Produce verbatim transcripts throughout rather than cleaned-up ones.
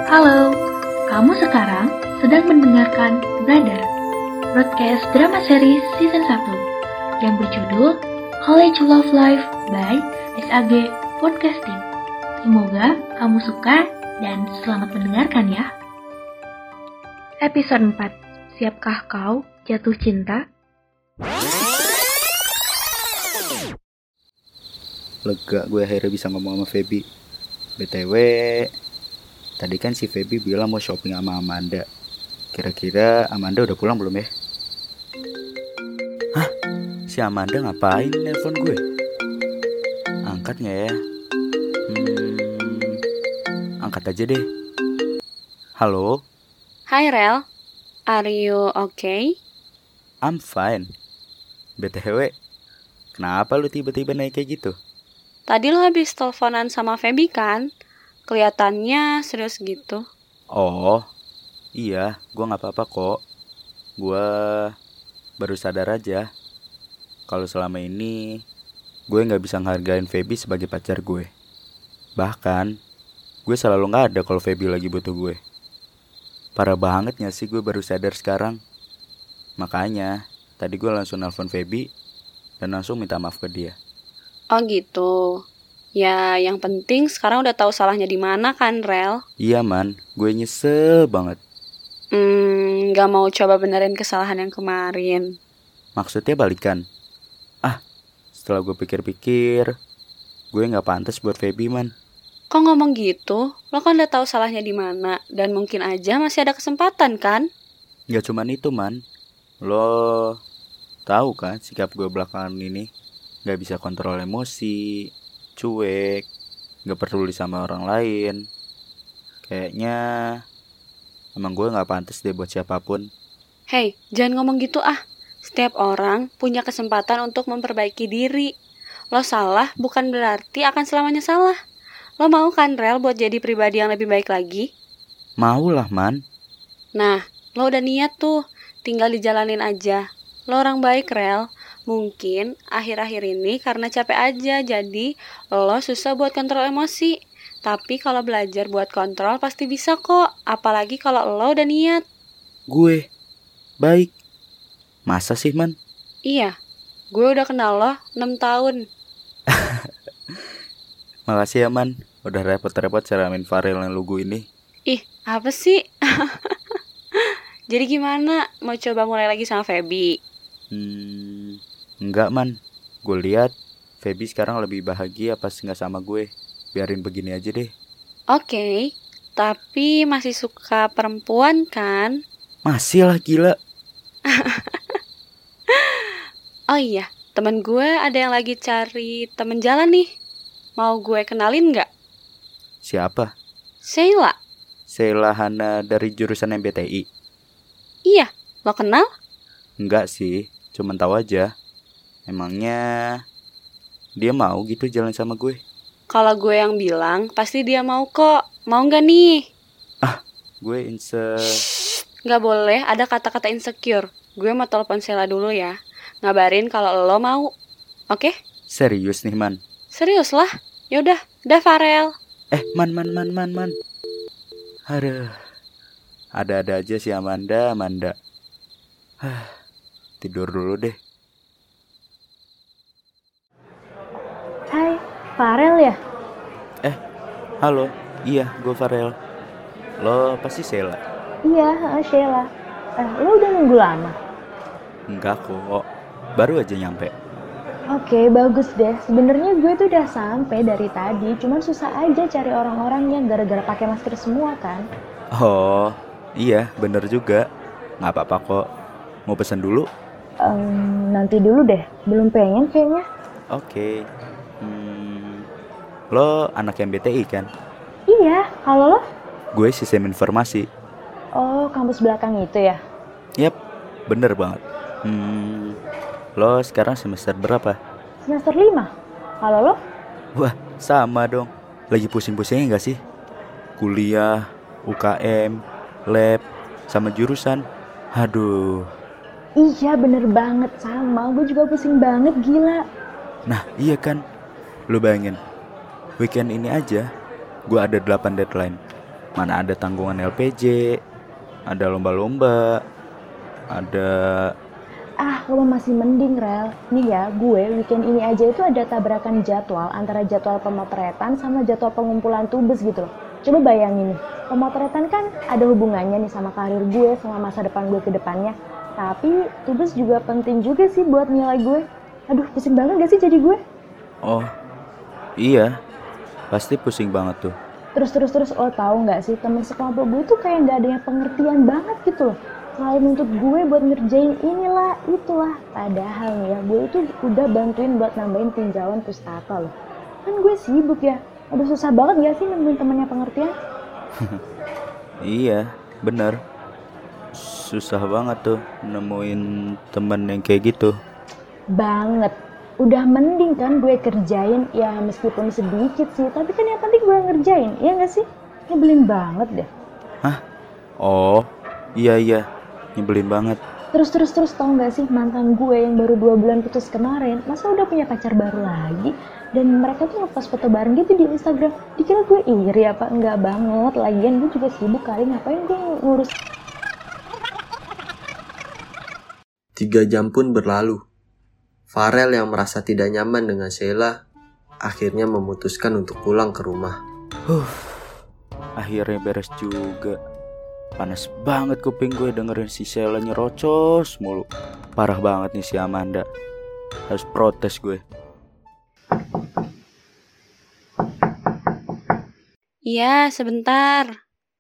Halo, kamu sekarang sedang mendengarkan Brother, broadcast drama series season satu yang berjudul College Love Life by S A G Podcasting. Semoga kamu suka dan selamat mendengarkan ya. Episode empat, siapkah kau jatuh cinta? Lega gue akhirnya bisa ngomong sama Feby. B T W, tadi kan si Feby bilang mau shopping sama Amanda. Kira-kira Amanda udah pulang belum ya? Hah? Si Amanda ngapain nelpon gue? Angkat gak ya? Hmm, angkat aja deh. Halo? Hi Rel, are you okay? I'm fine. B T W, kenapa lu tiba-tiba naik kayak gitu? Tadi lo habis teleponan sama Feby kan? Kelihatannya serius gitu. Oh, iya, gue gak apa-apa kok. Gue baru sadar aja kalau selama ini gue gak bisa ngehargain Feby sebagai pacar gue. Bahkan, gue selalu gak ada kalau Feby lagi butuh gue. Parah banget gak sih gue baru sadar sekarang? Makanya, tadi gue langsung nelpon Feby dan langsung minta maaf ke dia. Oh gitu. Ya, yang penting sekarang udah tahu salahnya di mana kan, Rel? Iya man, gue nyesel banget. Hmm, gak mau coba benerin kesalahan yang kemarin. Maksudnya balikan? Ah, setelah gue pikir-pikir, gue gak pantas buat Feby man. Kok ngomong gitu? Lo kan udah tahu salahnya di mana dan mungkin aja masih ada kesempatan kan? Gak cuman itu man. Lo tahu kan sikap gue belakangan ini? Gak bisa kontrol emosi, cuek, gak peduli sama orang lain. Kayaknya emang gue gak pantas deh buat siapapun. Hey, jangan ngomong gitu ah. Setiap orang punya kesempatan untuk memperbaiki diri. Lo salah bukan berarti akan selamanya salah. Lo mau kan Rel buat jadi pribadi yang lebih baik lagi? Mau lah man. Nah, lo udah niat tuh, tinggal dijalanin aja. Lo orang baik Rel. Mungkin akhir-akhir ini karena capek aja, jadi lo susah buat kontrol emosi. Tapi kalau belajar buat kontrol pasti bisa kok, apalagi kalau lo udah niat. Gue baik? Masa sih man? Iya, gue udah kenal lo enam tahun. Makasih ya man, udah repot-repot ceramin Farel yang lugu ini. Ih, apa sih? Jadi gimana? Mau coba mulai lagi sama Feby? Hmm, enggak man, gue lihat Feby sekarang lebih bahagia pas nggak sama gue. Biarin begini aja deh. Oke, okay, tapi masih suka perempuan kan? Masih lah gila. Oh iya, temen gue ada yang lagi cari temen jalan nih. Mau gue kenalin nggak? Siapa? Sheila. Sheila Hana dari jurusan M B T I. Iya, lo kenal? Enggak sih, cuman tahu aja. Emangnya dia mau gitu jalan sama gue? Kalau gue yang bilang, pasti dia mau kok. Mau nggak nih? Ah, gue inse... Shh, nggak boleh ada kata-kata insecure. Gue mau telepon Sheila dulu ya. Ngabarin kalau lo mau. Oke? Okay? Serius nih man? Serius lah. Yaudah, dah Farel. Eh, man, man, man, man, man. Aduh, ada-ada aja si Amanda, Amanda. Hah, tidur dulu deh. Hai, Farel ya? Eh, halo. Iya, gue Farel. Lo pasti Sheila? Iya, uh, Sheila. Eh, lo udah nunggu lama? Enggak kok, baru aja nyampe. Oke, bagus deh. Sebenarnya gue tuh udah sampai dari tadi, cuman susah aja cari orang-orang yang gara-gara pakai masker semua kan. Oh, iya, bener juga. Nggak apa-apa kok. Mau pesan dulu? Um, nanti dulu deh, belum pengen kayaknya. Oke. Hmm, lo anak M B T I kan? Iya, kalau lo? Gue sistem informasi. Oh, kampus belakang itu ya? Yap, bener banget. Hmm, lo sekarang semester berapa? Semester lima. Kalau lo? Wah, sama dong. Lagi pusing-pusingnya gak sih? Kuliah, U K M, lab, sama jurusan. Aduh. Iya, bener banget. Sama, gue juga pusing banget, gila. Nah, iya kan? Lo bayangin, weekend ini aja gue ada delapan deadline. Mana ada tanggungan L P J, ada lomba-lomba, ada... Ah, lo masih mending, Rel. Nih ya, gue weekend ini aja itu ada tabrakan jadwal antara jadwal pemotretan sama jadwal pengumpulan tubes gitu loh. Coba bayangin nih, pemotretan kan ada hubungannya nih sama karir gue, sama masa depan gue ke depannya. Tapi tubes juga penting juga sih buat nilai gue. Aduh, pusing banget gak sih jadi gue? Oh, iya. Pasti pusing banget tuh. Terus-terus-terus lo tau gak sih, temen sekelompok gue tuh kayak gak ada yang pengertian banget gitu loh. Selalu nuntut gue buat ngerjain inilah, itulah. Padahal nih ya, gue itu udah bantuin buat nambahin tinjauan pustaka loh. Kan gue sibuk ya. Aduh, susah banget gak sih nemuin temennya pengertian? Iya, bener. Susah banget tuh nemuin temen yang kayak gitu. Banget. Udah mending kan gue kerjain, ya meskipun sedikit sih. Tapi kan yang penting gue ngerjain, iya gak sih? Nyebelin banget deh. Hah? Oh, iya iya. Nyebelin banget. Terus-terus-terus tau gak sih mantan gue yang baru dua bulan putus kemarin, masa udah punya pacar baru lagi? Dan mereka tuh ngepost foto bareng gitu di Instagram. Dikira gue iri apa? Enggak banget. Lagian gue juga sibuk kali, ngapain gue ngurus. Tiga jam pun berlalu. Farel yang merasa tidak nyaman dengan Sheila akhirnya memutuskan untuk pulang ke rumah. Huh, akhirnya beres juga. Panas banget kuping gue dengerin si Sheila nyerocos mulu. Parah banget nih si Amanda. Harus protes gue. Iya, sebentar.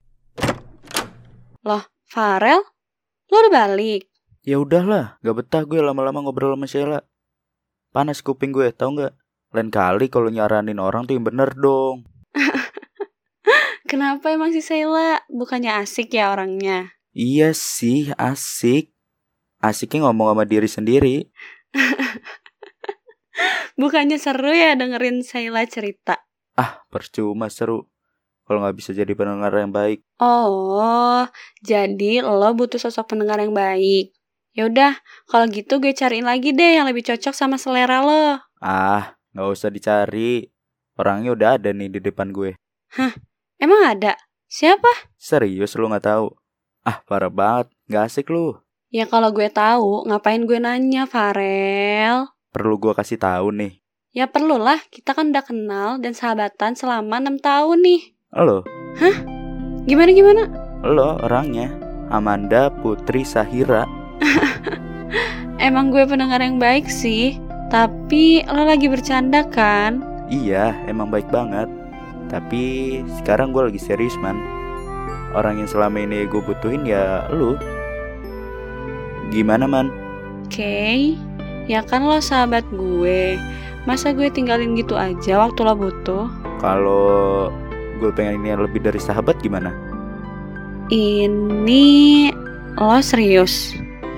Loh, Farel? Lo udah balik? Ya udahlah, gak betah gue lama-lama ngobrol sama Sheila. Panas kuping gue, tau gak? Lain kali kalau nyaranin orang tuh yang bener dong. Kenapa emang si Sheila? Bukannya asik ya orangnya? Iya sih, asik. Asiknya ngomong sama diri sendiri. Bukannya seru ya dengerin Sheila cerita? Ah, percuma seru kalau gak bisa jadi pendengar yang baik. Oh, jadi lo butuh sosok pendengar yang baik. Yaudah, kalau gitu gue cariin lagi deh yang lebih cocok sama selera lo. Ah, gak usah dicari. Orangnya udah ada nih di depan gue. Hah? Emang ada? Siapa? Serius lu gak tahu? Ah, parah banget. Gak asik lu. Ya kalau gue tahu, ngapain gue nanya, Farel? Perlu gue kasih tahu nih? Ya perlulah, kita kan udah kenal dan sahabatan selama enam tahun nih. Lo? Hah? Gimana-gimana? Lo orangnya Amanda Putri Sahira. Emang gue pendengar yang baik sih. Tapi lo lagi bercanda kan? Iya, emang baik banget. Tapi sekarang gue lagi serius, man. Orang yang selama ini gue butuhin ya lu. Gimana, man? Oke, okay. Ya kan lo sahabat gue. Masa gue tinggalin gitu aja waktu lo butuh? Kalau gue pengen ini lebih dari sahabat gimana? Ini lo serius?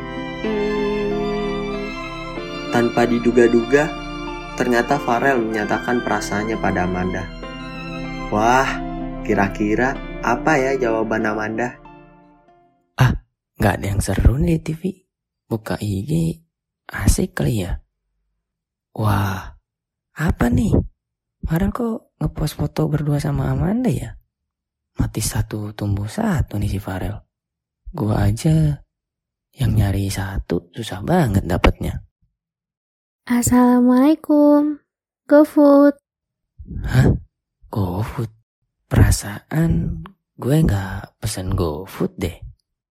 Hmm... Tanpa diduga-duga, ternyata Farel menyatakan perasaannya pada Amanda. Wah, kira-kira apa ya jawaban Amanda? Ah, gak ada yang seru nih di T V. Buka I G, asik kali ya. Wah, apa nih? Farel kok ngepost foto berdua sama Amanda ya? Mati satu tumbuh satu nih si Farel. Gua aja yang nyari satu susah banget dapetnya. Assalamualaikum, GoFood. Hah? GoFood? Perasaan gue gak pesen GoFood deh.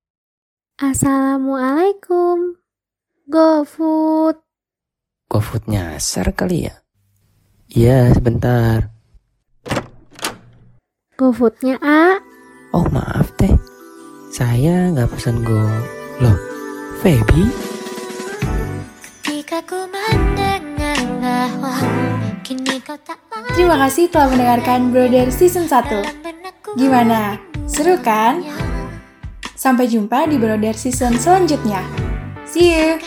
Assalamualaikum, GoFood. GoFood nyasar kali ya? Iya, sebentar. GoFoodnya A. Oh maaf teh, saya gak pesen Go. Loh, Feby? Terima kasih telah mendengarkan Brother Season satu. Gimana? Seru kan? Sampai jumpa di Brother Season selanjutnya. See you!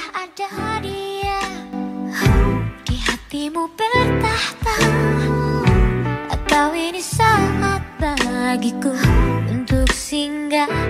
Di hatimu bertahta, kau ini saat bagiku untuk singgah.